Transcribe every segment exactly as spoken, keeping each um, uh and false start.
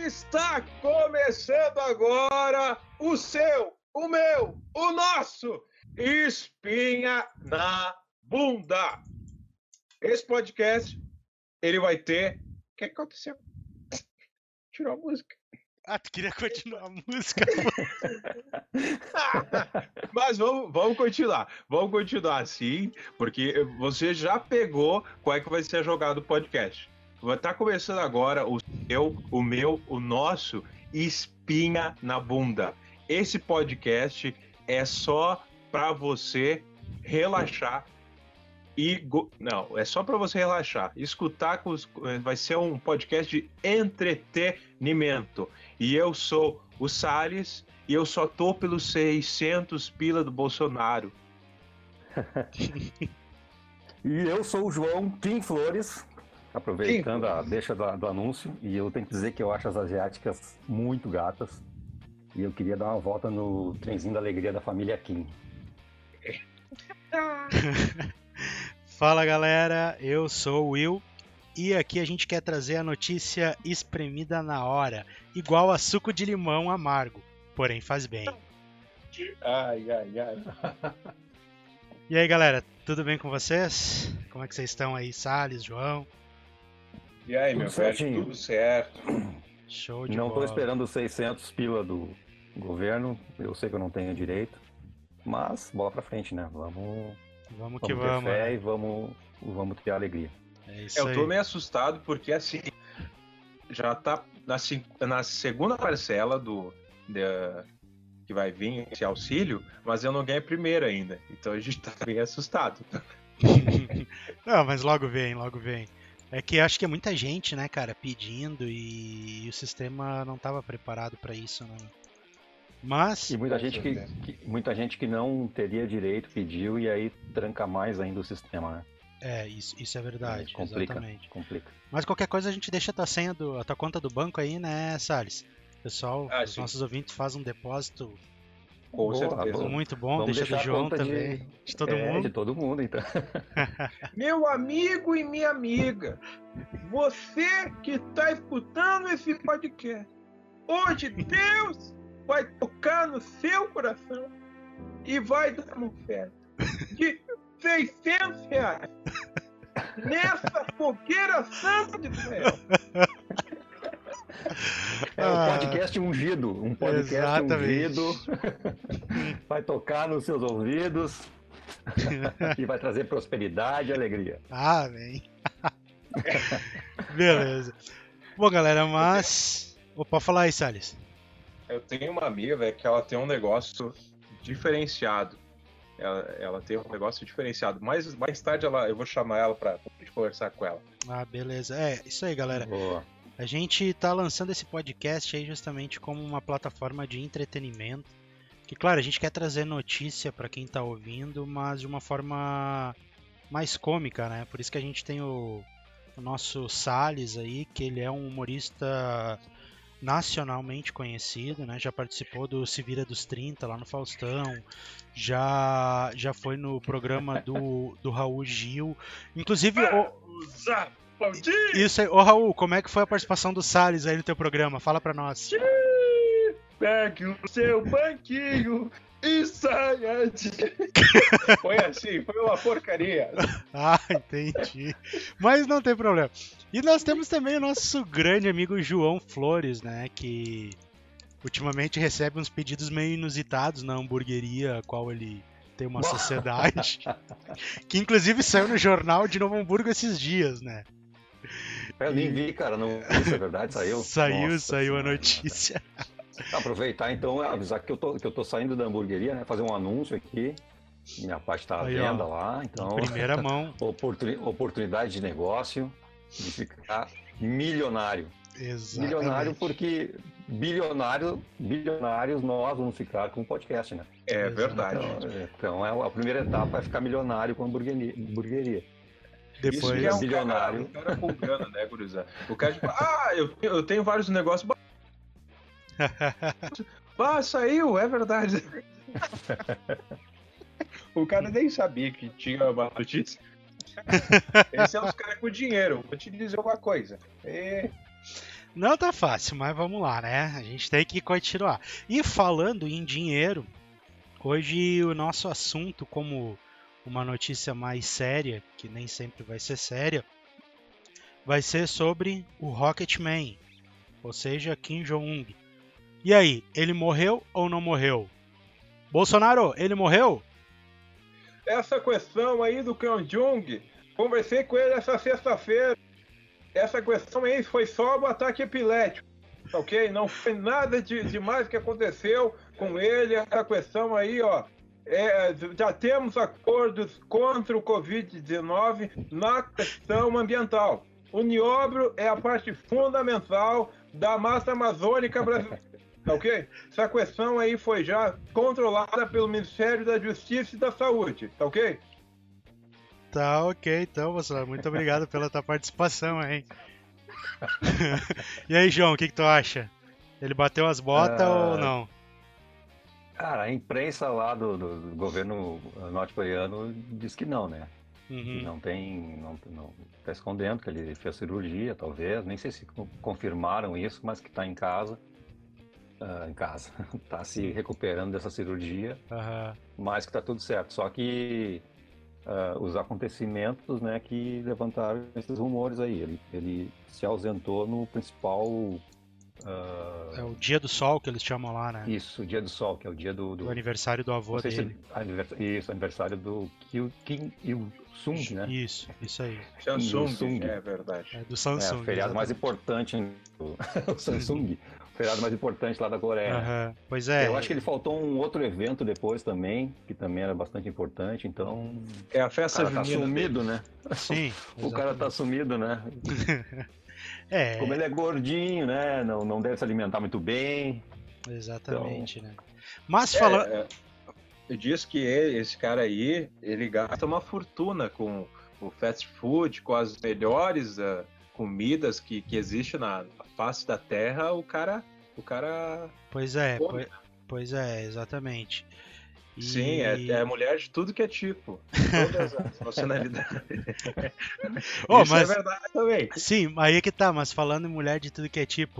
Está começando agora o seu, o meu, o nosso Espinha na Bunda. Esse podcast, ele vai ter... O que aconteceu? Tirou a música. Ah, tu queria continuar a música? Mas vamos, vamos continuar. Vamos continuar assim, porque você já pegou qual é que vai ser jogado o podcast. Vai estar começando agora o seu, o meu, o nosso Espinha na Bunda. Esse podcast é só para você relaxar e go... não, é só para você relaxar, escutar com os... vai ser um podcast de entretenimento. E eu sou o Salles e eu só tô pelos seiscentos pila do Bolsonaro. E eu sou o João Kim Flores, aproveitando a deixa do, do anúncio, e eu tenho que dizer que eu acho as asiáticas muito gatas. E eu queria dar uma volta no trenzinho da alegria da família Kim. Fala galera, eu sou o Will e aqui a gente quer trazer a notícia espremida na hora, igual a suco de limão amargo, porém faz bem. Ai, ai, ai. E aí galera, tudo bem com vocês? Como é que vocês estão aí, Salles, João? E aí, Tudo meu certinho. velho, tudo certo. Show de Não bola. estou esperando os seiscentos pila do governo, eu sei que eu não tenho direito, mas bola pra frente, né? Vamos, Vamos que vamos ter vamos. fé né? e vamos, vamos ter alegria. É isso Eu aí. tô meio assustado porque assim, já tá na, cin- na segunda parcela do da- que vai vir esse auxílio, mas eu não ganhei a primeira ainda. Então a gente tá bem assustado. Não, mas logo vem, logo vem. É que acho que é muita gente, né, cara, pedindo e o sistema não estava preparado para isso, né? Mas E muita Com gente que, certeza. que- muita gente que não teria direito pediu e aí tranca mais ainda o sistema, né? é, isso, isso é verdade, complica, exatamente. complica. Mas qualquer coisa a gente deixa a tua senha, do, a tua conta do banco aí, né, Salles? Pessoal, Ah, os sim. nossos ouvintes fazem um depósito Com Boa, certeza. boa. muito bom, Vamos deixa do deixar a João conta de- também, de, todo é, mundo. de todo mundo, então. Meu amigo e minha amiga, você que está escutando esse podcast, hoje Deus vai tocar no seu coração e vai dar uma oferta de seiscentos reais nessa fogueira santa de Israel. É um Ah, podcast ungido, um podcast exatamente. ungido, vai tocar nos seus ouvidos e vai trazer prosperidade e alegria. Ah, vem. Beleza. Bom, galera, mas... Ô, pode falar aí, Salles. Eu tenho uma amiga, velho, que ela tem um negócio diferenciado. Ela, ela tem um negócio diferenciado. Mais, mais tarde ela, eu vou chamar ela pra, pra gente conversar com ela. Ah, beleza. É, isso aí, galera. Boa. A gente tá lançando esse podcast aí justamente como uma plataforma de entretenimento. Que, claro, a gente quer trazer notícia pra quem tá ouvindo, mas de uma forma mais cômica, né? Por isso que a gente tem o, o nosso Salles aí, que ele é um humorista nacionalmente conhecido, né? Já participou do Se Vira dos trinta lá no Faustão, já, já foi no programa do, do Raul Gil. Inclusive, o, isso aí, ô Raul, como é que foi a participação do Salles aí no teu programa? Fala pra nós. Pegue o seu banquinho e saia de... Foi assim, foi uma porcaria. Ah, entendi. Mas não tem problema. E nós temos também o nosso grande amigo João Flores, né? Que ultimamente recebe uns pedidos meio inusitados na hamburgueria, a qual ele tem uma sociedade. Que inclusive saiu no jornal de Novo Hamburgo esses dias, né? Eu nem vi, cara, não, isso é verdade, saiu? Saiu, Nossa saiu a Senhora. notícia. Aproveitar então, avisar que eu tô, que eu tô saindo da hamburgueria, né? Fazer um anúncio aqui. Minha parte tá à Aí, ó, venda lá, então. Em primeira mão. oportuni- oportunidade de negócio, de ficar milionário. Exatamente. Milionário porque bilionário, bilionários nós vamos ficar com o podcast, né? É Exato. verdade. Então, é- então é a primeira etapa é ficar milionário com a hamburgueria. hamburgueria. Isso Depois. que é um bilionário. cara, um cara com grana, né, gurizada? O cara tipo, ah, eu, tenho- eu tenho vários negócios. Ah, saiu, é verdade. O cara nem sabia que tinha uma notícia. Esse é os caras com dinheiro. Vou te dizer uma coisa. É... Não tá fácil, mas vamos lá, né? A gente tem que continuar. E falando em dinheiro, hoje o nosso assunto, como uma notícia mais séria, que nem sempre vai ser séria, vai ser sobre o Rocketman, ou seja, Kim Jong-un. E aí, ele morreu ou não morreu? Bolsonaro, ele morreu? Essa questão aí do Kim Jong, conversei com ele essa sexta-feira. Essa questão aí foi só o ataque epilético, ok? Não foi nada de demais que aconteceu com ele. Essa questão aí, ó, é, já temos acordos contra o covid dezenove na questão ambiental. O nióbio é a parte fundamental da mata amazônica brasileira, ok? Essa questão aí foi já controlada pelo Ministério da Justiça e da Saúde, ok? Tá ok, então, Bolsonaro. Muito obrigado pela tua participação, hein? E aí, João, o que, que tu acha? Ele bateu as botas uh... ou não? Cara, a imprensa lá do, do, do governo norte-coreano diz que não, né? Uhum. Que não tem, não, não tá escondendo que ele fez cirurgia, talvez. Nem sei se confirmaram isso, mas que tá em casa. Uh, em casa. Tá se recuperando dessa cirurgia, uhum. Mas que tá tudo certo. Só que Uh, os acontecimentos, né, que levantaram esses rumores aí. Ele, ele se ausentou no principal... Uh... É o Dia do Sol que eles chamam lá, né? Isso, o Dia do Sol, que é o dia do... do... do aniversário do avô dele. Se... Isso, aniversário do Kim Il-sung, né? Isso, isso aí. Samsung, é verdade. É do Samsung. É, o feriado exatamente. mais importante, o Samsung. O feriado mais importante lá da Coreia. Uhum. Pois é. Eu acho que ele faltou um outro evento depois também, que também era bastante importante, então... É a festa junina. O cara tá sumido, né? Sim. O cara tá sumido, né? É. Como ele é gordinho, né? Não, não deve se alimentar muito bem. Exatamente, então... né? Mas falando... É, é, diz que ele, esse cara aí, ele gasta uma fortuna com o fast food, com as melhores... Uh... comidas que, que existe na face da terra, o cara... O cara pois é, pois, pois é, exatamente. E... Sim, é, é mulher de tudo que é tipo. Todas as nacionalidades. Oh, Isso mas, é verdade também. Sim, aí é que tá, mas falando em mulher de tudo que é tipo...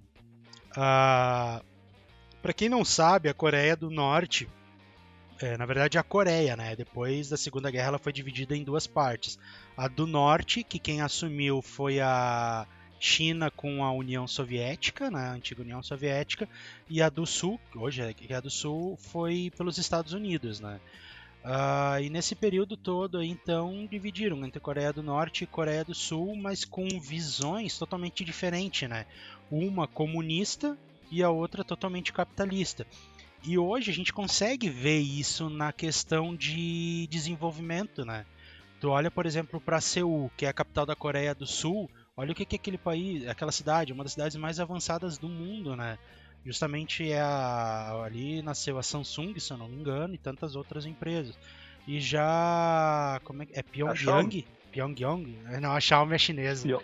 Uh, pra quem não sabe, a Coreia do Norte... É, na verdade, a Coreia, né? Depois da Segunda Guerra, ela foi dividida em duas partes. A do Norte, que quem assumiu foi a China com a União Soviética, né? A antiga União Soviética, e a do Sul, que hoje é a do Sul, foi pelos Estados Unidos, né? Uh, e nesse período todo, então, dividiram entre Coreia do Norte e Coreia do Sul, mas com visões totalmente diferentes, né? Uma comunista e a outra totalmente capitalista. E hoje a gente consegue ver isso na questão de desenvolvimento, né? Tu olha, por exemplo, para Seul, que é a capital da Coreia do Sul, olha o que é aquele país, aquela cidade, uma das cidades mais avançadas do mundo, né? Justamente é a, ali nasceu a Samsung, se eu não me engano, e tantas outras empresas. E já... como é que é? Pyongyang? Pyongyang? Não, a Xiaomi é chinesa. Pyo...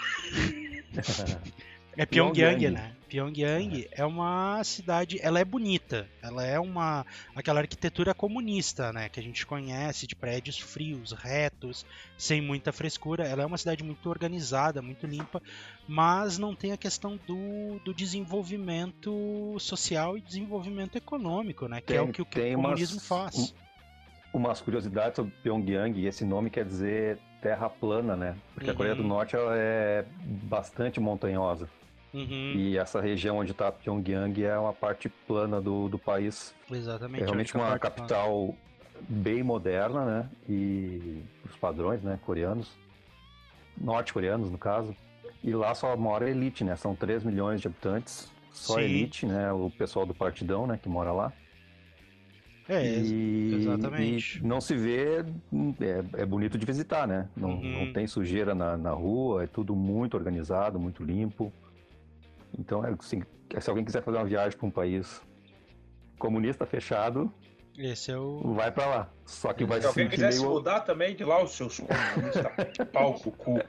É Pyongyang, né? Pyongyang é uma cidade, ela é bonita, ela é uma aquela arquitetura comunista, né, que a gente conhece, de prédios frios, retos, sem muita frescura. Ela é uma cidade muito organizada, muito limpa, mas não tem a questão do, do desenvolvimento social e desenvolvimento econômico, né, que tem, é o que o, que o comunismo umas, faz. Um, umas curiosidades sobre Pyongyang, e esse nome quer dizer terra plana, né, porque uhum. a Coreia do Norte ela é bastante montanhosa. Uhum. E essa região onde está Pyongyang é uma parte plana do, do país. Exatamente. É realmente uma capital plana. Bem moderna, né? E os padrões, né? Coreanos, norte-coreanos no caso. E lá só mora a elite, né? São três milhões de habitantes. Só Sim. a elite, né? O pessoal do Partidão, né? Que mora lá. É, e, exatamente. E não se vê, é, é bonito de visitar, né? Não, uhum. não tem sujeira na, na rua, é tudo muito organizado, muito limpo. Então, assim, se alguém quiser fazer uma viagem para um país comunista fechado, esse é o... vai para lá. Só que se vai se alguém quiser meio... se mudar também de lá, os seus comunistas, pau pro cu.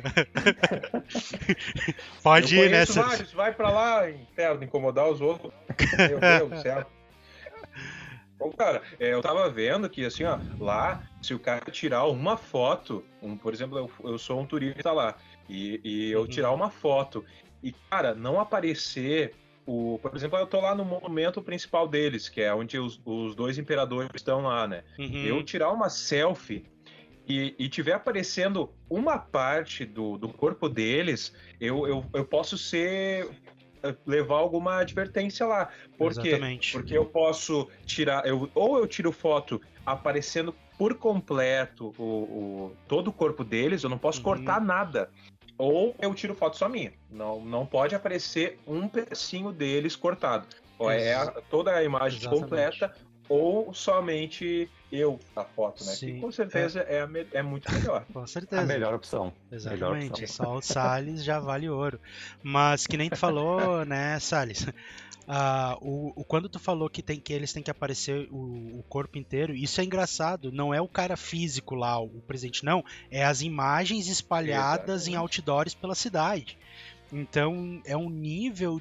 Pode eu ir, né? Vários, vai para lá, inferno, incomodar os outros. Meu Deus do céu. Bom, cara, eu tava vendo que, assim, ó, lá, se o cara tirar uma foto, um, por exemplo, eu, eu sou um turista lá, e, e eu Uhum. tirar uma foto. E, cara, não aparecer... O, por exemplo, eu tô lá no monumento principal deles, que é onde os, os dois imperadores estão lá, né? Uhum. Eu tirar uma selfie e, e tiver aparecendo uma parte do, do corpo deles, eu, eu, eu posso ser... levar alguma advertência lá. Por quê? Exatamente. Porque eu posso tirar... Eu, ou eu tiro foto aparecendo por completo o, o, todo o corpo deles, eu não posso Uhum. cortar nada. Ou eu tiro foto só minha. Não, não pode aparecer um pedacinho deles cortado. Ou é a, toda a imagem Exatamente. completa, ou somente eu a foto, né? Sim. Que com certeza é, é, a me- é muito melhor. Com A certeza. melhor opção. Melhor Exatamente. opção. Só o Salles já vale ouro. Mas que nem tu falou, né, Salles? Ah, o, o- quando tu falou que, tem que eles têm que aparecer o, o corpo inteiro, isso é engraçado. Não é o cara físico lá, o presidente, não. É as imagens espalhadas em Exatamente. outdoors pela cidade. Então é um nível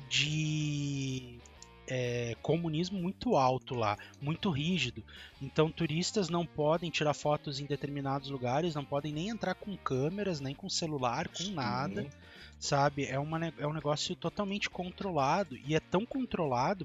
de é, comunismo muito alto lá, muito rígido. Então turistas não podem tirar fotos em determinados lugares, não podem nem entrar com câmeras, nem com celular, com nada. Sabe, é, uma, ne- é um negócio totalmente controlado, e é tão controlado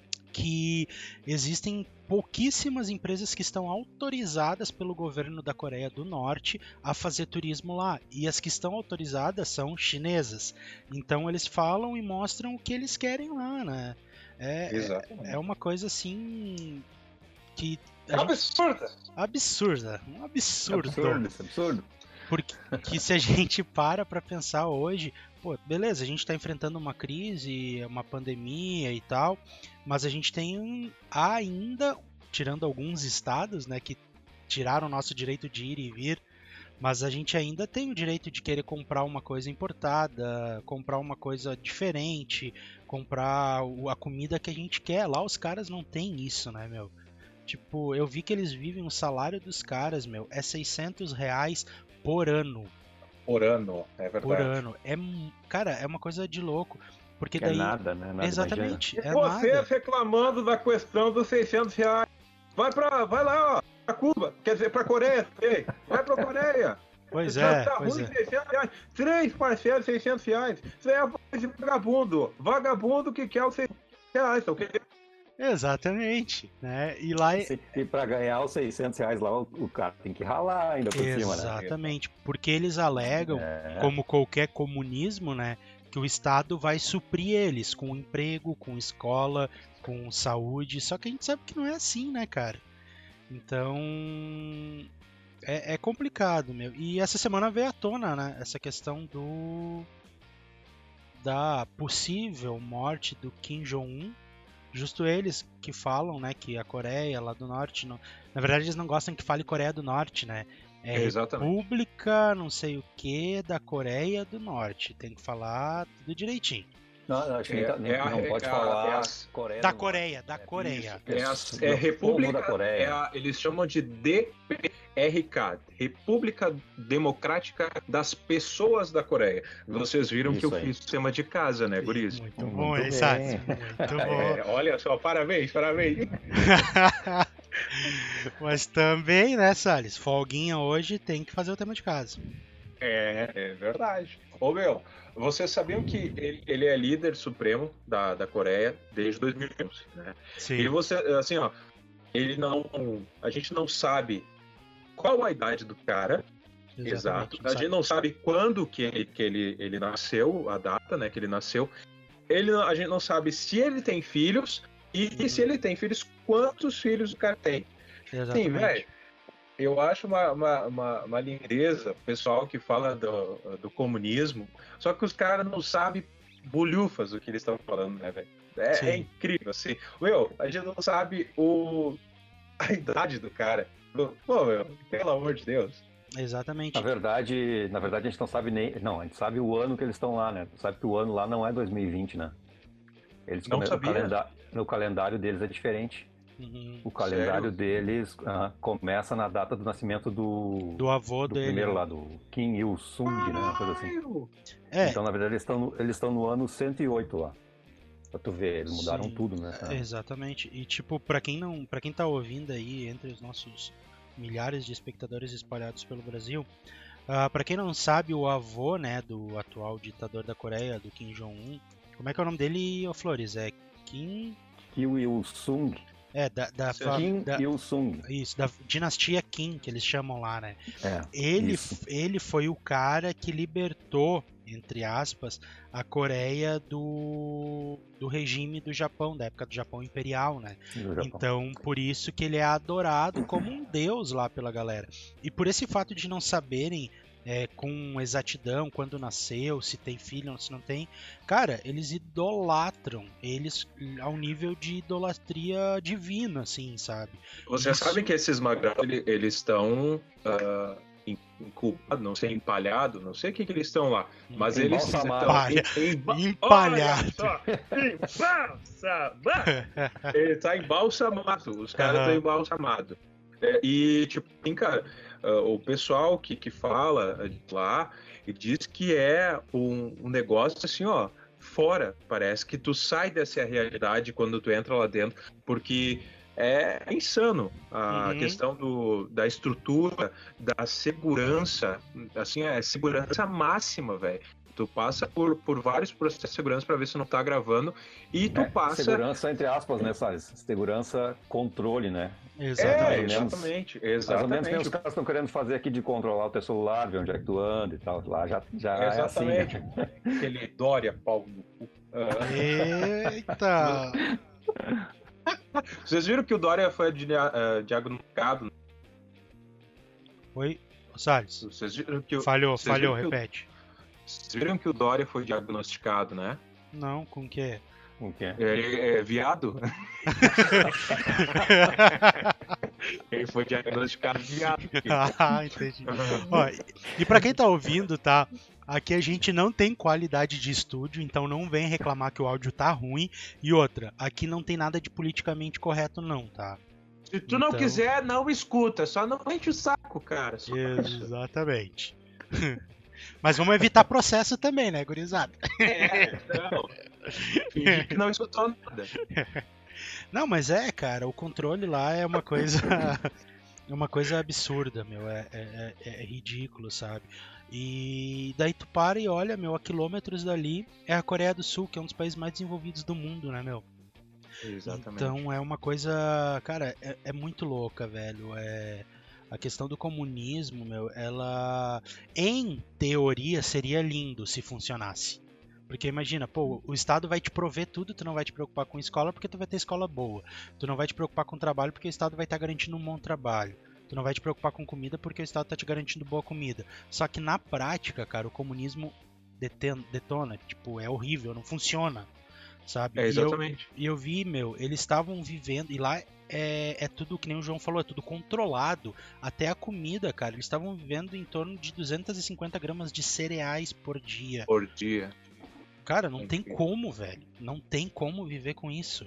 que existem pouquíssimas empresas que estão autorizadas pelo governo da Coreia do Norte a fazer turismo lá, e as que estão autorizadas são chinesas. Então eles falam e mostram o que eles querem lá, né? É, é, Exatamente. é uma coisa assim que É a gente- absurda! absurda, um absurdo. Absurdo, isso é absurdo. Porque que se a gente para pra pensar hoje, pô, beleza, a gente tá enfrentando uma crise, uma pandemia e tal, mas a gente tem ainda, tirando alguns estados, né, que tiraram o nosso direito de ir e vir, mas a gente ainda tem o direito de querer comprar uma coisa importada, comprar uma coisa diferente, comprar o- a comida que a gente quer. Lá os caras não têm isso, né, meu? Tipo, eu vi que eles vivem, o salário dos caras, meu, é seiscentos reais por ano. Por ano, é verdade. Por ano. É, mu- cara, é uma coisa de louco. Porque Que é daí. nada, né? Nada, Exatamente. É Você nada. reclamando da questão dos seiscentos reais. Vai, pra, vai lá, ó, pra Cuba, quer dizer, pra Coreia. Ei, vai pra Coreia. Pois Já é, tá pois ruim, é. seiscentos reais. Três parcelas, seiscentos reais. Isso é a voz de vagabundo. Vagabundo que quer os seiscentos reais, ok? Exatamente. Né? E lá. Você, e pra ganhar os seiscentos reais lá, o, o cara tem que ralar ainda por cima, né? Exatamente. Porque eles alegam, É. como qualquer comunismo, né? Que o Estado vai suprir eles com emprego, com escola, com saúde. Só que a gente sabe que não é assim, né, cara? Então. É, é complicado, meu. E essa semana veio à tona, né? Essa questão do. Da possível morte do Kim Jong-un. Justo eles que falam, né, que a Coreia lá do Norte, não... na verdade eles não gostam que fale Coreia do Norte, né? É Exatamente. República, não sei o que, da Coreia do Norte. Tem que falar tudo direitinho. Não, não, acho que nem É- tá- nem- é a- não pode é a- falar é a- Coreia Da do Coreia, Norte. da Coreia. É, a, Isso, é do República povo da Coreia. é a- eles chamam de D P R K, República Democrática das Pessoas da Coreia. Vocês viram que Isso eu aí. fiz sistema de casa, né, guris? Muito Muito bom, hein, bem. Sassi? Muito É, bom. olha só, parabéns, parabéns. Mas também, né, Salles? Folguinha hoje tem que fazer o tema de casa. É, é verdade. Ô meu, vocês sabiam que ele, ele é líder supremo da, da Coreia desde dois mil e onze, né? E Sim. você, assim, ó, ele não. A gente não sabe qual a idade do cara. Exato. A gente não sabe quando que ele, que ele, ele nasceu, a data, né, que ele nasceu. Ele, não- a gente não sabe se ele tem filhos e, Uhum. se ele tem filhos, quantos filhos o cara tem. Sim, Exatamente. velho. Eu acho uma, uma, uma, uma lindeza o pessoal que fala do, do comunismo, só que os caras não sabem bolhufas o que eles estão falando, né, velho? É, Sim. é incrível, assim. Meu, a gente não sabe o, a idade do cara. Pô, meu, pelo amor de Deus. Exatamente. Na verdade, na verdade, a gente não sabe nem. Não, a gente sabe o ano que eles estão lá, né? Sabe que o ano lá não é dois mil e vinte, né? Eles Não come- sabia. O calendário, no calendário deles é diferente. Uhum. O calendário Sério? deles ah, começa na data do nascimento do, Do avô do dele. primeiro lá, do Kim Il-sung, né? Uma coisa assim. Caralho! É, Então, na verdade, eles estão no, eles estão no ano cento e oito lá. Pra tu ver, eles mudaram Sim. tudo, né? Ah, exatamente. E tipo, pra quem não, para quem tá ouvindo aí entre os nossos milhares de espectadores espalhados pelo Brasil, Uh, para quem não sabe, o avô, né, do atual ditador da Coreia, do Kim Jong-un, como é que é o nome dele, ô Flores? É Kim... Kim Il-sung. É, da... da, Kim da Il-sung. Isso, da dinastia Kim, que eles chamam lá, né? É, ele, isso. ele foi o cara que libertou, entre aspas, a Coreia do, do regime do Japão, da época do Japão Imperial, né? Então, por isso que ele é adorado como um deus lá pela galera. E por esse fato de não saberem é, com exatidão quando nasceu, se tem filho ou se não tem, cara, eles idolatram eles ao nível de idolatria divina, assim, sabe? Você isso... sabe que esses magrão, eles estão uh, inculpados, não sei, empalhados, não sei o que, que eles estão lá, mas eles estão empalhados. Ele está embalsamado, os caras estão uhum. embalsamados. É, e, tipo, assim, cara, uh, o pessoal que, que fala lá diz que é um, um negócio assim, ó, fora. Parece que tu sai dessa realidade quando tu entra lá dentro, porque é insano a uhum. questão do, da estrutura, da segurança, assim, é segurança máxima, velho. Tu passa por, por vários processos de segurança para ver se não tá gravando e tu é, passa... Segurança entre aspas, né, Salles? Segurança, controle, né? Exatamente, é, exatamente, exatamente. Mais ou menos que os caras estão querendo fazer aqui de controlar o teu celular, ver onde é que tu anda e tal. Lá já, já exatamente. É assim, né? Aquele Dória, pau no cu. Eita! Vocês viram que o Dória foi uh, diagnosticado? Oi, Salles. Vocês viram que o... Falhou, Vocês falhou, viram repete. O... Vocês viram que o Dória foi diagnosticado, né? Não, com o quê? Com o quê? É, é viado? Ele foi diagnosticado viado. Ah, entendi. Ó, e, e pra quem tá ouvindo, tá? Aqui a gente não tem qualidade de estúdio, então não vem reclamar que o áudio tá ruim. E outra, aqui não tem nada de politicamente correto não, tá? Se tu então... não quiser, não escuta. Só não enche o saco, cara. Só exatamente. Mas vamos evitar processo também, né, gurizada? É, não. Finge que não escutou nada. Não, mas é, cara, o controle lá é uma coisa... é uma coisa absurda, meu. É, é, é, é ridículo, sabe? E daí tu para e olha, meu, a quilômetros dali é a Coreia do Sul, que é um dos países mais desenvolvidos do mundo, né, meu? Exatamente. Então é uma coisa, cara, é, é muito louca, velho. É... A questão do comunismo, meu, ela, em teoria, seria lindo se funcionasse. Porque imagina, pô, o Estado vai te prover tudo, tu não vai te preocupar com escola porque tu vai ter escola boa. Tu não vai te preocupar com trabalho porque o Estado vai estar garantindo um bom trabalho. Tu não vai te preocupar com comida porque o Estado tá te garantindo boa comida. Só que na prática, cara, o comunismo deten- detona, tipo, é horrível, não funciona, sabe? É, exatamente. E eu, e eu vi, meu, eles estavam vivendo, e lá é, é tudo, que nem o João falou, é tudo controlado. Até a comida, cara, eles estavam vivendo em torno de duzentas e cinquenta gramas de cereais por dia. Por dia. Cara, não tem como, velho. Não tem como viver com isso.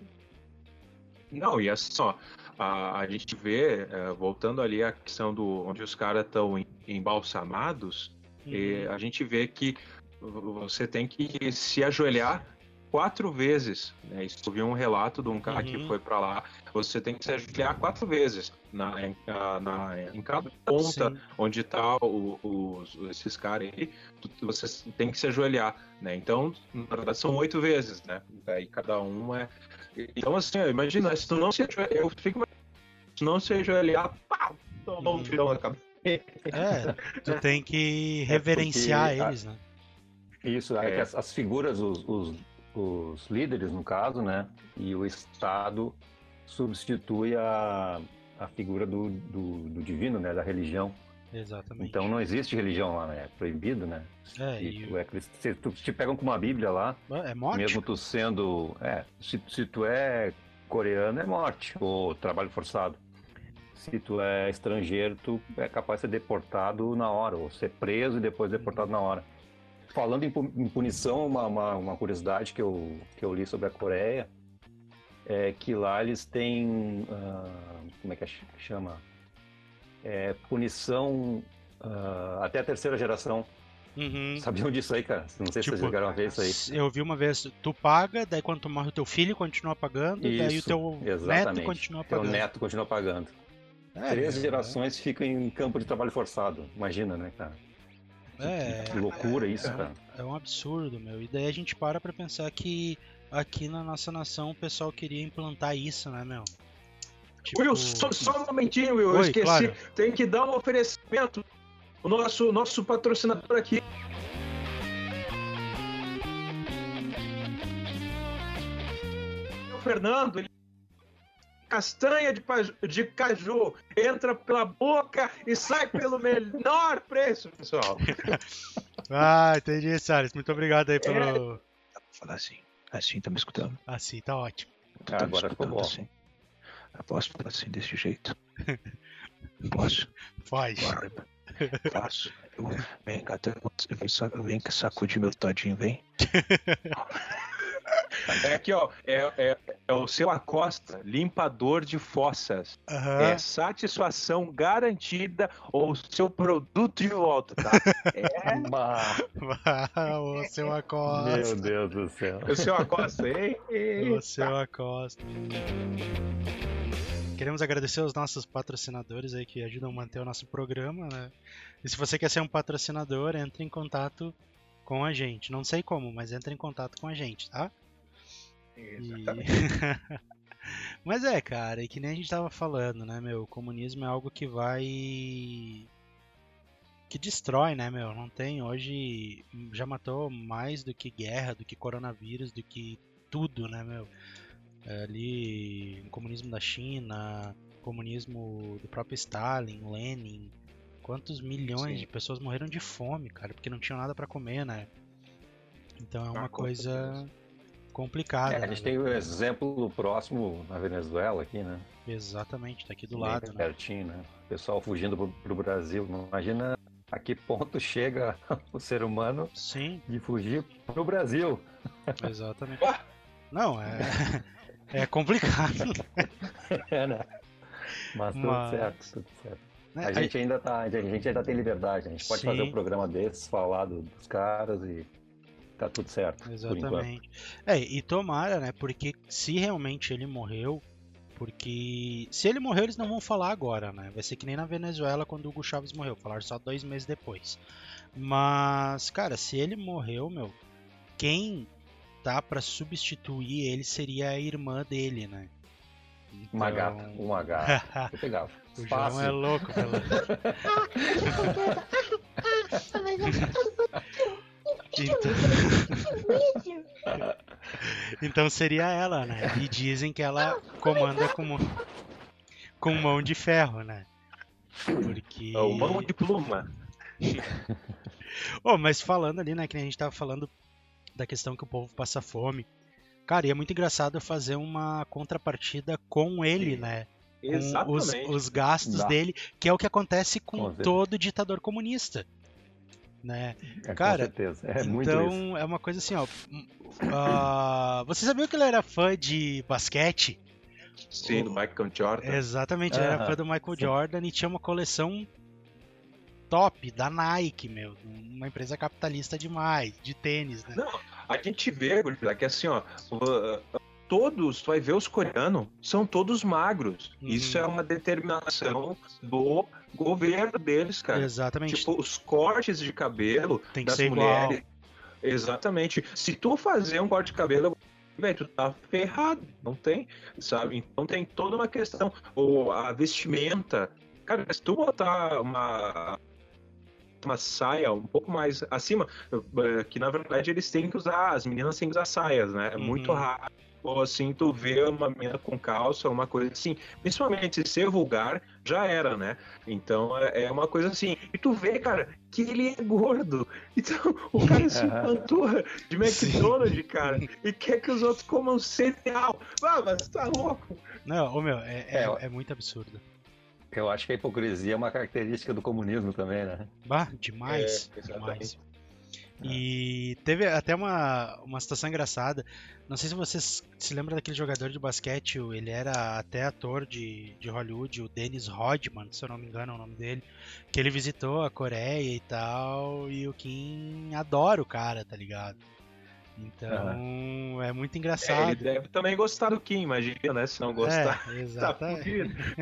Não, e assim, ó, a, a gente vê, uh, voltando ali à questão do onde os caras estão embalsamados, uhum. e a gente vê que você tem que se ajoelhar quatro vezes, né? Isso, eu vi um relato de um cara uhum. que foi para lá. Você tem que se ajoelhar quatro vezes na, em, na, em cada ponta Sim. onde tá o, os, esses caras aí. Você tem que se ajoelhar, né? Então, na verdade, são oito vezes, né? Daí cada um é. Então, assim, imagina, se tu não se ajoelhar, eu fico, se não se ajoelhar, pá, toma um tirão na cabeça. É, tu tem que reverenciar é eles, a, né? Isso, é. as, as figuras, os, os os líderes, no caso, né, e o Estado substitui a, a figura do, do, do divino, né, da religião. Exatamente. Então não existe religião lá, né, é proibido, né. É, se, e tu é, se tu te pegam com uma Bíblia lá, é morte. Mesmo tu sendo, é, se, se tu é coreano é morte, ou trabalho forçado. Se tu é estrangeiro, tu é capaz de ser deportado na hora, ou ser preso e depois deportado na hora. Falando em punição, uma, uma, uma curiosidade que eu, que eu li sobre a Coreia é que lá eles têm, uh, como é que chama? É, punição uh, até a terceira geração. Uhum. Sabiam disso aí, cara? Não sei tipo, se vocês chegaram a ver isso aí. Eu vi uma vez, tu paga, daí quando tu morre o teu filho continua pagando, isso, daí o teu exatamente. neto continua pagando. Teu neto continua pagando. É, Três é, gerações é. ficam em campo de trabalho forçado. Imagina, né, cara? É, que loucura isso, é, cara. É um absurdo, meu. E daí a gente para pra pensar que aqui na nossa nação o pessoal queria implantar isso, né, meu? Tipo... Will, só, só um momentinho, Will, eu Oi, esqueci. claro. Tem que dar um oferecimento. O nosso, nosso patrocinador aqui. O Fernando, ele... castanha de, paju, de caju entra pela boca e sai pelo menor preço, pessoal. Ah, entendi, Salles. Muito obrigado aí pelo... É... Falar assim, assim, tá me escutando? Assim, tá ótimo. Ah, tá agora ficou bom. Assim. Eu posso falar assim, desse jeito? Posso? Faz. Claro. Faço. Eu, vem cá, vem, vem cá, sacudir meu todinho, vem. É aqui, ó, é, é, é o seu Acosta, limpador de fossas. Uhum. É satisfação garantida ou seu produto de volta, tá? É... o seu Acosta. Meu Deus do céu. O seu Acosta, hein? O seu Acosta. Queremos agradecer aos nossos patrocinadores aí que ajudam a manter o nosso programa, né? E se você quer ser um patrocinador, entre em contato com a gente. Não sei como, mas entre em contato com a gente, tá? Exatamente. E... Mas é, cara, e que nem a gente tava falando, né, meu? O comunismo é algo que vai... que destrói, né, meu? Não tem, hoje já matou mais do que guerra, do que coronavírus, do que tudo, né, meu? É, ali, o comunismo da China, o comunismo do próprio Stalin, Lenin... Quantos milhões Sim. de pessoas morreram de fome, cara, porque não tinham nada pra comer, né? Então é uma ah, coisa complicada. É, a gente né? tem o um exemplo próximo na Venezuela aqui, né? Exatamente, tá aqui do Bem lado, pertinho, né? O pessoal fugindo pro, pro Brasil. Imagina a que ponto chega o ser humano Sim. de fugir pro Brasil. Exatamente. Não, é, é complicado. É, né? Mas tudo Mas... certo, tudo certo. A gente, ainda tá, a gente ainda tem liberdade, a gente pode Sim. fazer um programa desses, falar do, dos caras e tá tudo certo. Exatamente. É, e tomara, né? Porque se realmente ele morreu, porque se ele morreu, eles não vão falar agora, né? Vai ser que nem na Venezuela quando o Hugo Chávez morreu, falaram só dois meses depois. Mas, cara, se ele morreu, meu, quem tá pra substituir ele seria a irmã dele, né? Então... Uma gata, uma gata. Eu pegava. O João Fácil. É louco, pela... então... então seria ela, né? E dizem que ela comanda com, com mão de ferro, né? Porque... É o mão de pluma. Oh, mas falando ali, né? Que a gente tava falando da questão que o povo passa fome. Cara, e é muito engraçado fazer uma contrapartida com ele, Sim. né? Com Exatamente. Os, os gastos Dá. dele, que é o que acontece com, com todo ditador comunista. Né? É, Cara, com certeza. É muito então isso. é uma coisa assim, ó. Uh, você sabia que ele era fã de basquete? Sim, o... do Michael Jordan. Exatamente, ele uh-huh. era fã do Michael Sim. Jordan e tinha uma coleção top da Nike, meu. Uma empresa capitalista demais, de tênis, né? Não, a gente vê, que assim, ó. Todos, tu vai ver os coreanos, são todos magros. Uhum. Isso é uma determinação do governo deles, cara. Exatamente. Tipo, os cortes de cabelo tem que das ser mulheres. Igual. Exatamente. Se tu fazer um corte de cabelo, velho, tu tá ferrado. Não tem, sabe? Então tem toda uma questão. Ou a vestimenta. Cara, se tu botar uma... uma saia um pouco mais acima, que na verdade eles têm que usar, as meninas têm que usar saias, né? É uhum. muito raro. Ou assim, tu vê uma menina com calça, uma coisa assim, principalmente se ser vulgar, já era, né? Então é uma coisa assim. E tu vê, cara, que ele é gordo. Então o cara se empanturra de McDonald's, cara, e quer que os outros comam cereal. Ah, mas tá louco. Não, ô meu, é, é, é, é muito absurdo. Eu acho que a hipocrisia é uma característica do comunismo também, né? Bah, demais, é, demais. E teve até uma, uma situação engraçada. Não sei se vocês se lembram daquele jogador de basquete, ele era até ator de, de Hollywood, o Dennis Rodman, se eu não me engano é o nome dele, que ele visitou a Coreia e tal, e o Kim adora o cara, tá ligado? Então uhum. é muito engraçado. É, ele deve também gostar do Kim, imagina, né? Se não gostar, é, exatamente. tá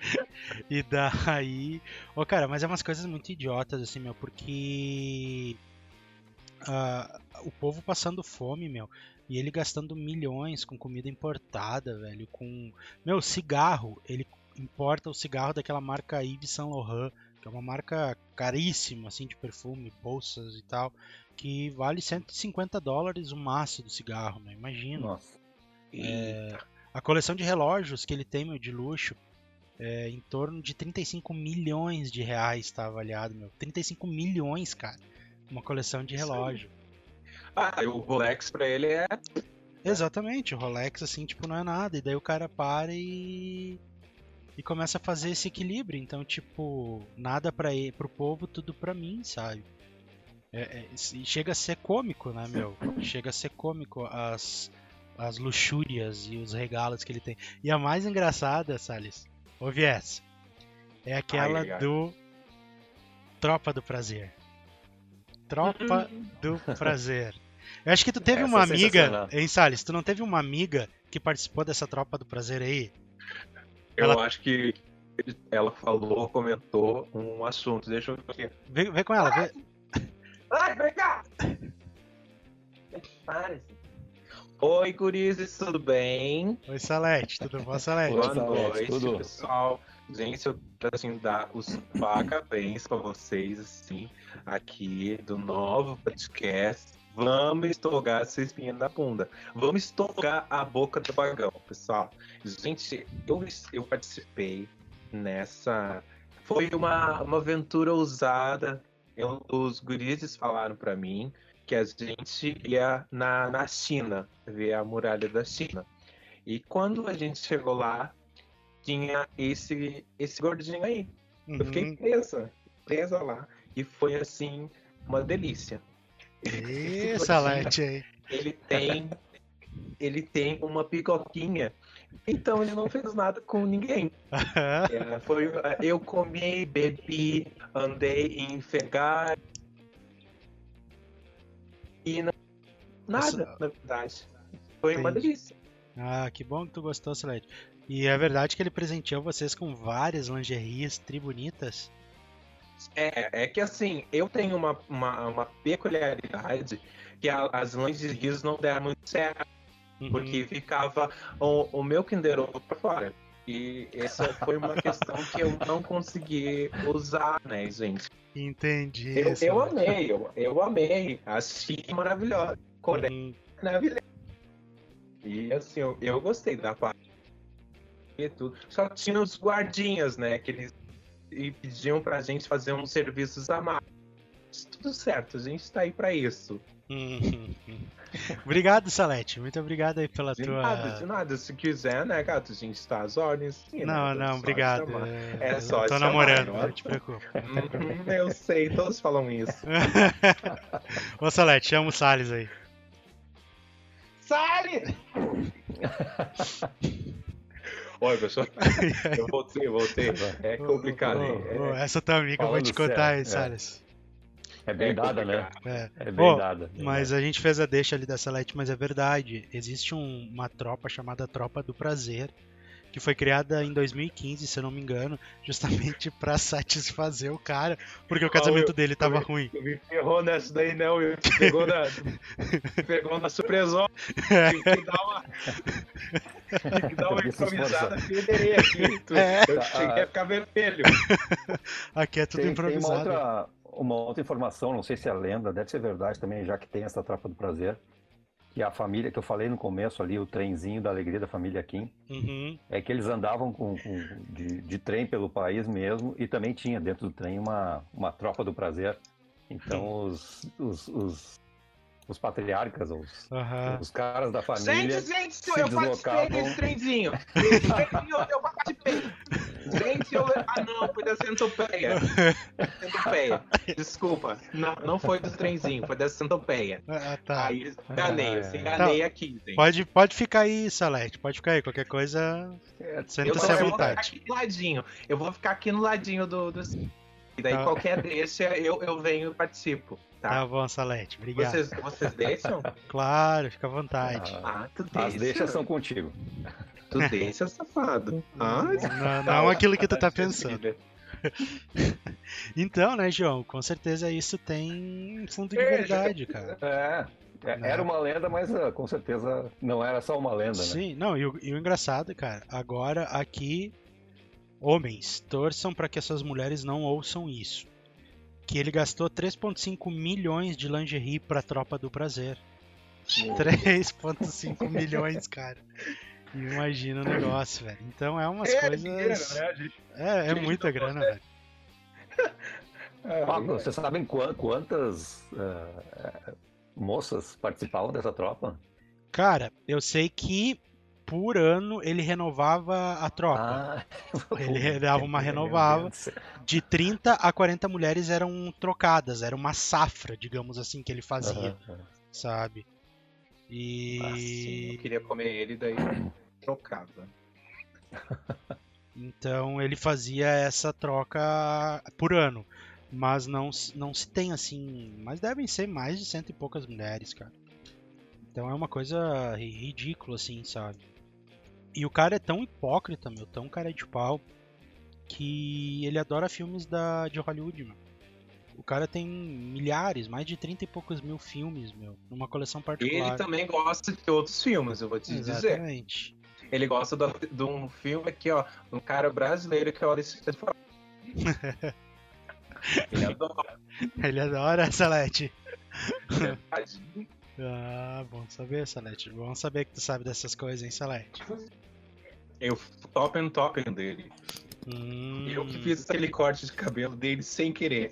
E daí... Ô, cara, mas é umas coisas muito idiotas, assim, meu, porque... Uh, o povo passando fome, meu, e ele gastando milhões com comida importada, velho, com... Meu, cigarro, ele importa o cigarro daquela marca Yves Saint Laurent, que é uma marca caríssima, assim, de perfume, bolsas e tal, que vale cento e cinquenta dólares o maço do cigarro, meu, imagina. Nossa. É, a coleção de relógios que ele tem, meu, de luxo, é em torno de trinta e cinco milhões de reais, tá avaliado, meu. trinta e cinco milhões, cara. Uma coleção de relógio. Ah, e o Rolex pra ele é... Exatamente, o Rolex, assim, tipo, não é nada. E daí o cara para e... E começa a fazer esse equilíbrio. Então, tipo, nada pra ele, pro povo, tudo pra mim, sabe? É, é, e chega a ser cômico, né, meu? Chega a ser cômico as, as luxúrias e os regalos que ele tem. E a mais engraçada, Salles, ouve essa. É aquela Ai, ai, ai. do Tropa do Prazer. Tropa do Prazer. Eu acho que tu teve Essa uma é amiga, sensacional. hein, Salles? Tu não teve uma amiga que participou dessa Tropa do Prazer aí? Eu Ela- acho que ela falou, comentou um assunto. Deixa eu ver aqui. Vê, vê com ela, vê. Ai, vem cá! Oi, gurizes, tudo bem? Oi, Salete, tudo bom, Salete? Oi, Boa Salete, noite, tudo? pessoal. Gente, eu quero assim, dar os parabéns pra vocês, assim, aqui do novo podcast. Vamos estogar essa espinha da bunda. Vamos estogar a boca do vagão, pessoal. Gente, eu, eu participei nessa... Foi uma, uma aventura ousada. Eu, os gurizes falaram pra mim que a gente ia na, na China, ver a muralha da China. E quando a gente chegou lá, tinha esse, esse gordinho aí. Eu fiquei Uhum. presa, presa lá. E foi, assim, uma delícia. Ih, Salete aí. Ele tem, ele tem uma picoquinha. Então ele não fez nada com ninguém. É, foi, eu comi, bebi, andei em fegar e não, nada, Nossa. na verdade. Foi uma Entendi. delícia. Ah, que bom que tu gostou, Salete. E é verdade que ele presenteou vocês com várias lingeries tribonitas? É, é que assim, eu tenho uma, uma, uma peculiaridade que a, as lingeries não deram muito certo, Uhum. porque ficava o, o meu Kinder Ovo pra fora. E essa foi uma questão que eu não consegui usar, né, gente? Entendi. Eu, eu Salete. amei, eu, eu amei. Achei maravilhosa. Coreia Uhum. maravilhosa. E assim, eu, eu gostei da parte e tudo. Só tinha os guardinhas, né? Que eles e pediam pra gente fazer uns serviços a mais. Tudo certo, a gente tá aí pra isso. Uhum. Obrigado, Salete. Muito obrigado aí pela De tua. nada, de nada. Se quiser, né, gato? A gente tá às ordens. Sim, Não, né? não, Só obrigado. chamar. É, É só eu tô chamar, namorando, não? não te preocupe. Uhum, eu sei, todos falam isso. Ô, Salete, chama o Salles aí. Sale! Oi, pessoal. Eu voltei, eu voltei. É complicado, Ô, hein? ô, ô, É, essa tua amiga eu vou Falando te contar sério, aí, é. Salles. É bem É dada, né? É. É bem Ô, dada. bem Mas dada. a gente fez a deixa ali da Salete, mas é verdade. Existe um- uma tropa chamada Tropa do Prazer, que foi criada em dois mil e quinze, se eu não me engano, justamente pra satisfazer o cara, porque o casamento eu- dele tava eu- ruim. Tu me ferrou nessa daí, não. Eu te pegou na, pegou na surpresa. Tive que dar uma, tive que dar uma Isso, esforça. improvisada federei aqui. Tu, É. Eu cheguei a ficar vermelho. Aqui é tudo Tem, tem uma, improvisado. outra, uma outra informação, não sei se é lenda, deve ser verdade também, já que tem essa Tropa do Prazer, que a família, que eu falei no começo ali, o trenzinho da alegria da família Kim, Uhum. é que eles andavam com, com- de, de trem pelo país mesmo e também tinha dentro do trem uma, uma Tropa do Prazer. Então os, os, os, os patriarcas, os, Aham. os caras da família... Gente, gente, se eu participei deslocavam. desse trenzinho. Esse trenzinho eu participei. Gente, eu... Ah, não, foi da centopeia. Centopeia. Desculpa. Não, não foi do trenzinho, foi da centopeia. Ah, tá. Aí, enganei, eu se Ah, enganei aqui, gente. Pode, pode ficar aí, Salete, pode ficar aí. Qualquer coisa, Eu, senta-se tô- à eu vou ficar vontade. aqui no ladinho. Eu vou ficar aqui no ladinho do... do... E daí Tá. qualquer deixa, eu, eu venho e participo. Tá Tá? bom, Salete, obrigado. Vocês, vocês deixam? Claro, fica à vontade. Ah, Ah, tu as deixa. deixas são contigo. Tudência, safado. Ah, não, não aquilo que tu tá pensando. Então, né, João? Com certeza isso tem fundo de verdade, cara. É, é era uma lenda, mas uh, com certeza não era só uma lenda, né? Sim, não, e o, e o engraçado, cara, agora aqui, homens, torçam pra que essas mulheres não ouçam isso. Que ele gastou três vírgula cinco milhões de lingerie pra Tropa do Prazer. três vírgula cinco milhões, cara. Imagina o negócio, velho. Então é umas é, coisas. Dinheiro, né, gente? É, é muita grana, velho. Ah, vocês sabem quantas uh, moças participavam dessa tropa? Cara, eu sei que por ano ele renovava a tropa. Ah, ele dava uma renovava. De trinta a quarenta mulheres eram trocadas, era uma safra, digamos assim, que ele fazia, uhum. sabe? E. Ah, sim, eu queria comer ele, daí trocava. Então ele fazia essa troca por ano. Mas não, não se tem assim. Mas devem ser mais de cento e poucas mulheres, cara. Então é uma coisa ridícula, assim, sabe? E o cara é tão hipócrita, meu, tão cara de pau, que ele adora filmes da, de Hollywood, meu. O cara tem milhares, mais de trinta e poucos mil filmes, meu, numa coleção particular. Ele também gosta de outros filmes, eu vou te Exatamente. dizer. Exatamente. Ele gosta do, de um filme aqui, ó, um cara brasileiro que é o Alice Fora. Ele adora. Ele adora, Salete. É ah, bom saber, Salete. Bom saber que tu sabe dessas coisas, hein, Salete. Eu top and top dele. Hum... Eu que fiz aquele corte de cabelo dele sem querer.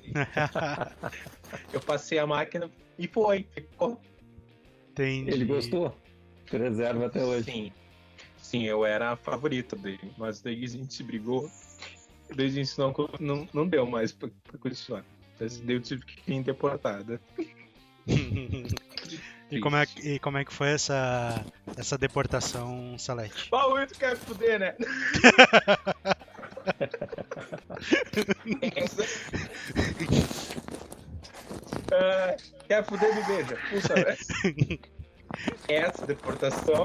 Eu passei a máquina e foi. Ficou. Entendi. Ele gostou? Preserva até hoje. Sim. Sim, eu era a favorita dele. Mas daí a gente brigou. Daí a gente não, não, não deu mais pra, pra continuar. Daí eu tive que ir deportada. E como, é, e como é que foi essa, essa deportação, Salete? Pau, tu quer fuder, né? essa... uh, quer fuder, me beija. Puxa, né? Essa deportação...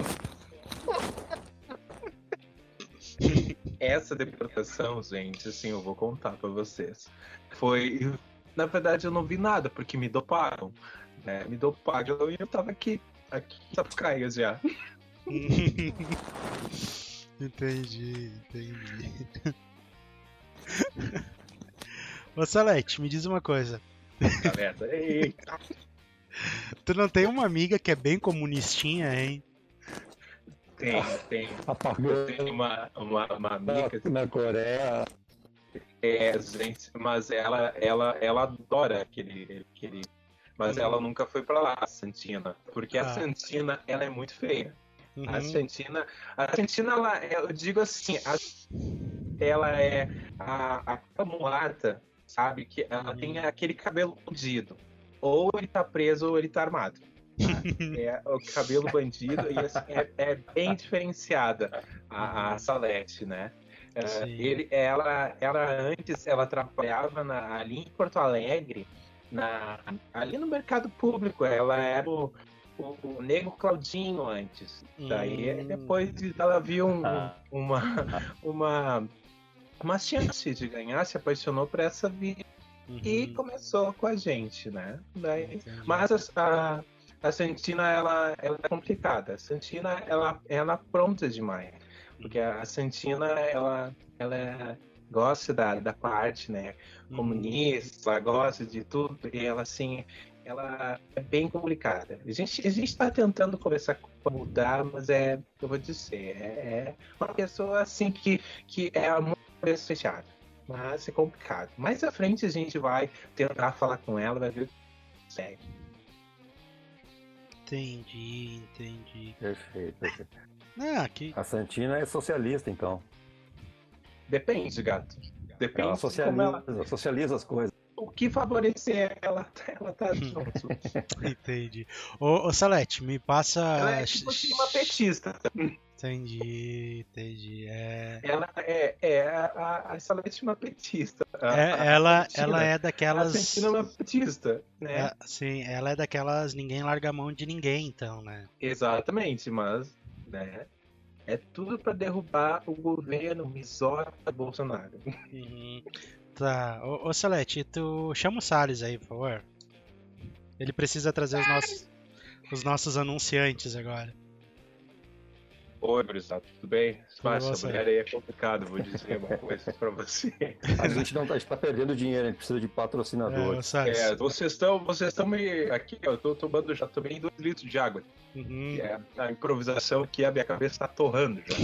Essa deportação, gente, assim, eu vou contar pra vocês. Foi... Na verdade, eu não vi nada, porque me doparam. Né? Me doparam e eu tava aqui, aqui em Sapucaia já. Entendi, entendi. Ô, Salete, me diz uma coisa. Tá merda. Eita. Tu não tem uma amiga que é bem comunistinha, hein? Tem, tem. Eu tenho uma, uma, uma amiga na Coreia. É, gente, mas ela, ela, ela adora aquele, aquele. Mas ela nunca foi pra lá, a Santina. Porque a ah. Santina, ela é muito feia. Uhum. A Santina, a Santina, ela, eu digo assim, a, ela é a, a mulata, sabe? Que ela uhum. tem aquele cabelo bandido. Ou ele tá preso ou ele tá armado. É o cabelo bandido e assim, é, é bem diferenciada a, a Salete, né? Uh, ele, ela, ela antes ela trabalhava na, ali em Porto Alegre, na, ali no mercado público. Ela era o, o, o Nego Claudinho antes. Hum. Daí depois ela viu um, ah. uma, uma, uma chance de ganhar, se apaixonou por essa vida uhum. e começou com a gente, né? Daí, mas a, a, a Santina ela, ela é complicada. A Santina ela, ela é pronta demais. Porque a Santina, ela, ela gosta da, da parte, né, comunista, ela gosta de tudo, e ela, assim, ela é bem complicada. A gente a gente tá tentando começar a mudar, mas é, eu vou dizer, é, é uma pessoa, assim, que, que é muito fechada, mas é complicado. Mais à frente a gente vai tentar falar com ela, vai ver o que segue. Entendi, entendi. Perfeito, perfeito. Ah, que... A Santina é socialista, então. Depende, gato. Depende. Ela socializa, ela... socializa as coisas. O que favorecer ela, ela tá junto. Entendi. Ô, ô Salete, me passa... Ela é tipo assim, uma petista. Entendi, entendi. É... Ela é, é a, a Salete é uma petista. A, é, a ela, Santina, ela é daquelas... A Santina é uma petista, né? É, sim, ela é daquelas ninguém larga a mão de ninguém, então, né? Exatamente, mas... Né? É tudo para derrubar o governo misógino Bolsonaro. Uhum. Tá. Ô, ô Salete, tu chama o Salles aí, por favor. Ele precisa trazer os nossos, os nossos anunciantes agora. Oi, gurizada, tudo bem? Mas essa você? mulher aí é complicado, vou dizer uma coisa pra você. A gente não tá, a gente tá perdendo dinheiro, a gente precisa de É, ô patrocinadores. Salles. É, vocês estão vocês estão me. Aqui, ó, eu tô tomando já também dois litros de água. Uhum. Que é a improvisação que a minha cabeça tá torrando já.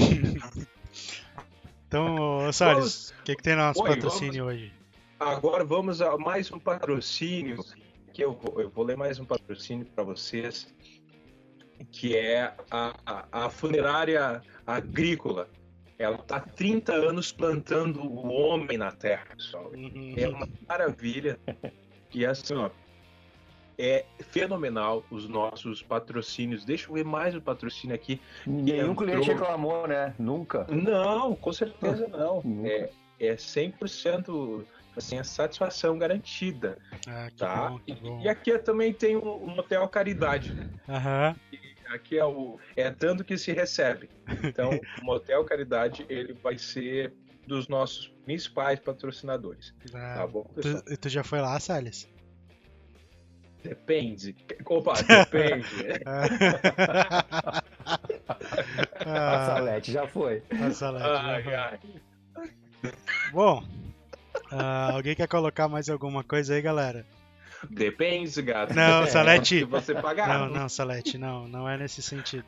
Então, ô Salles, Vamos- o que, que tem no nosso Oi, patrocínio hoje? Agora vamos a mais um patrocínio. Que eu vou, eu vou ler mais um patrocínio para vocês. Que é a, a, a funerária agrícola. Ela tá há trinta anos plantando o homem na terra, pessoal. Uhum. É uma maravilha. E assim, ó, é fenomenal os nossos patrocínios. Deixa eu ver mais um patrocínio aqui. Nenhum entrou- cliente reclamou, né? Nunca. Não, com certeza não. Nunca. É, é cem por cento assim, a satisfação garantida, Ah, que tá? bom, que bom. E aqui também tem um, um Motel Caridade. Aham. Aqui é o é dando que se recebe. Então, o Motel Caridade, ele vai ser dos nossos principais patrocinadores. Ah, Tá bom, pessoal? tu, tu já foi lá, Salles? Depende. Opa, depende. A ah, Salete já foi. a Salete já Ai, foi. ai. Bom, ah, alguém quer colocar mais alguma coisa aí, galera? Depende, gato. Não, É, Salete. Se você pagar. Não, não, Salete, não, não é nesse sentido.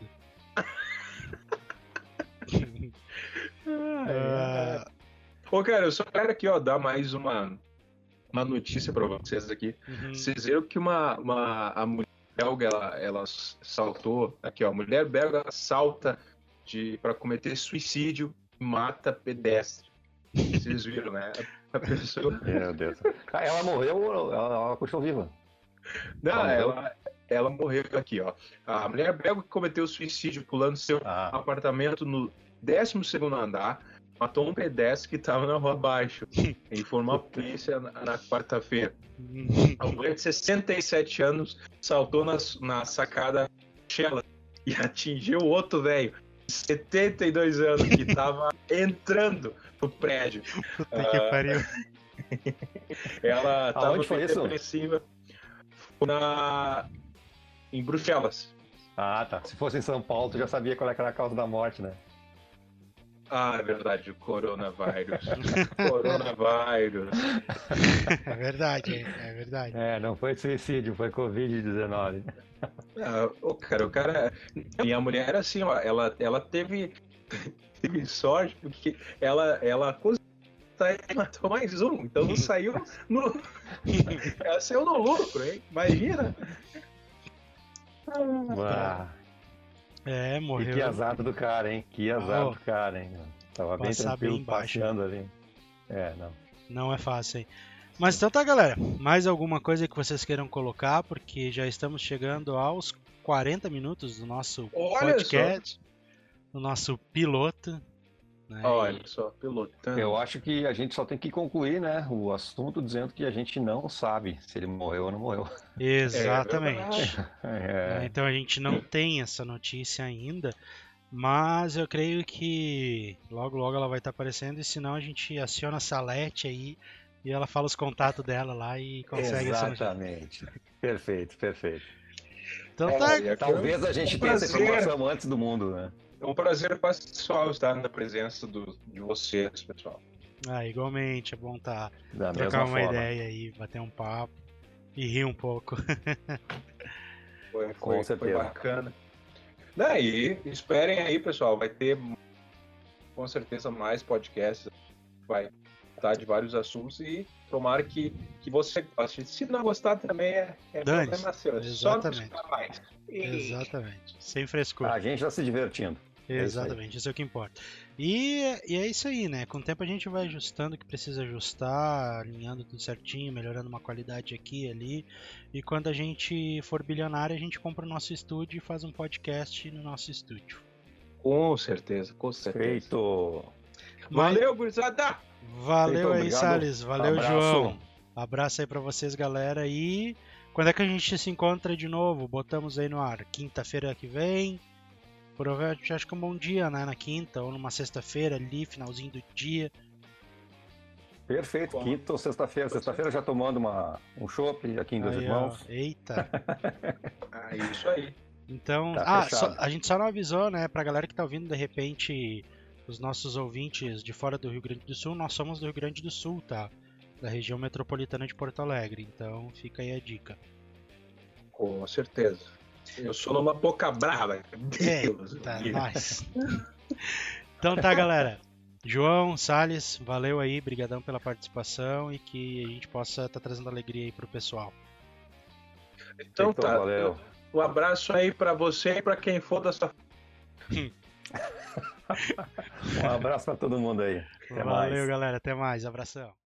Ai, Ah, ai. Ô, cara, eu só quero aqui, ó, dar mais uma, uma notícia pra vocês aqui. uhum. Vocês viram que uma, uma a mulher belga, ela, ela saltou, aqui ó, a mulher belga ela salta de, pra cometer suicídio e mata pedestre. Vocês viram, né? A pessoa... Meu Deus. Ah, ela morreu ou ela, ela continuou viva? Não, Ela ela, ela morreu aqui, ó. A mulher belga que cometeu suicídio pulando seu Ah, apartamento no décimo segundo andar, matou um pedestre que estava na rua abaixo, informou a polícia na, na quarta-feira. Uhum. A mulher de sessenta e sete anos saltou na, na sacada Shella e atingiu outro velho de setenta e dois anos que estava entrando no prédio. Puta que Ah, pariu. Ela estava Aonde foi isso? depressiva. Foi na... em Bruxelas. ah, tá. Se fosse em São Paulo, tu já sabia qual é que era a causa da morte, né? Ah, é verdade, o coronavírus. Coronavírus. É verdade, é, é verdade. É, não foi suicídio, foi covid dezenove. Ah, o cara, o cara. E a mulher era assim, ó, ela, ela teve, teve sorte porque ela, ela conseguiu e matou mais um, então não saiu no. Ela saiu no lucro, hein? Imagina! Ah, É, e morreu. que azar do cara, hein? Que azar Oh. do cara, hein? Tava bem Passar tranquilo, bem embaixo, passeando ali. É, não. Não é fácil, hein? Mas então tá, galera. Mais alguma coisa que vocês queiram colocar? Porque já estamos chegando aos quarenta minutos do nosso Olha podcast, do nosso piloto. Né? Olha só, pilotando. Eu acho que a gente só tem que concluir, né, o assunto dizendo que a gente não sabe se ele morreu ou não morreu. Exatamente. É, É, então a gente não tem essa notícia ainda, mas eu creio que logo logo ela vai estar aparecendo e senão a gente aciona a Salete aí e ela fala os contatos dela lá e consegue essa notícia. exatamente. Perfeito, perfeito. Então É, tá, e aqui Talvez a gente um tenha essa prazer. informação antes do mundo, né? É um prazer pessoal estar na presença do, de vocês, pessoal. ah, igualmente, é bom tá Da trocar mesma uma forma. ideia aí, bater um papo e rir um pouco. Foi, Com foi, foi certeza. bacana. Daí, esperem aí, pessoal. Vai ter com certeza mais podcasts. Vai estar de vários assuntos e tomara que, que você goste. Se não gostar também é, é Dane-se. problema seu. É só não Exatamente. escutar mais. E- Exatamente, sem frescura. A gente já se divertindo. é isso aí. Exatamente, isso é o que importa. E, e é isso aí, né? Com o tempo a gente vai ajustando o que precisa ajustar, alinhando tudo certinho, melhorando uma qualidade aqui e ali. E quando a gente for bilionário, a gente compra o nosso estúdio e faz um podcast no nosso estúdio. Com certeza, com certeza. Feito. Mas- Valeu, gurizada! Valeu Feito, aí, obrigado. Salles. Valeu, Abraço. João. Abraço aí pra vocês, galera. E quando é que a gente se encontra de novo? Botamos aí no ar. Quinta-feira que vem. provavelmente acho que é um bom dia, né? Na quinta ou numa sexta-feira ali, finalzinho do dia. Perfeito, Bom, quinta ou sexta-feira. Sexta-feira já tomando uma, um chopp aqui em Dois Aí, Irmãos. ó, eita. Ah, isso aí. Então, Tá ah, fechado. só- a gente só não avisou, né, pra galera que tá ouvindo de repente, os nossos ouvintes de fora do Rio Grande do Sul, nós somos do Rio Grande do Sul, tá? Da região metropolitana de Porto Alegre, então fica aí a dica. Com certeza. Eu sou numa boca brava. Deus. Eita, me livre. nós. Então tá, galera. João, Salles, valeu aí, brigadão pela participação e que a gente possa estar trazendo alegria aí pro pessoal. Então Então, tá. valeu. Um abraço aí pra você e pra quem for dessa. Um abraço para todo mundo aí. Até Valeu, mais. galera, até mais, abração.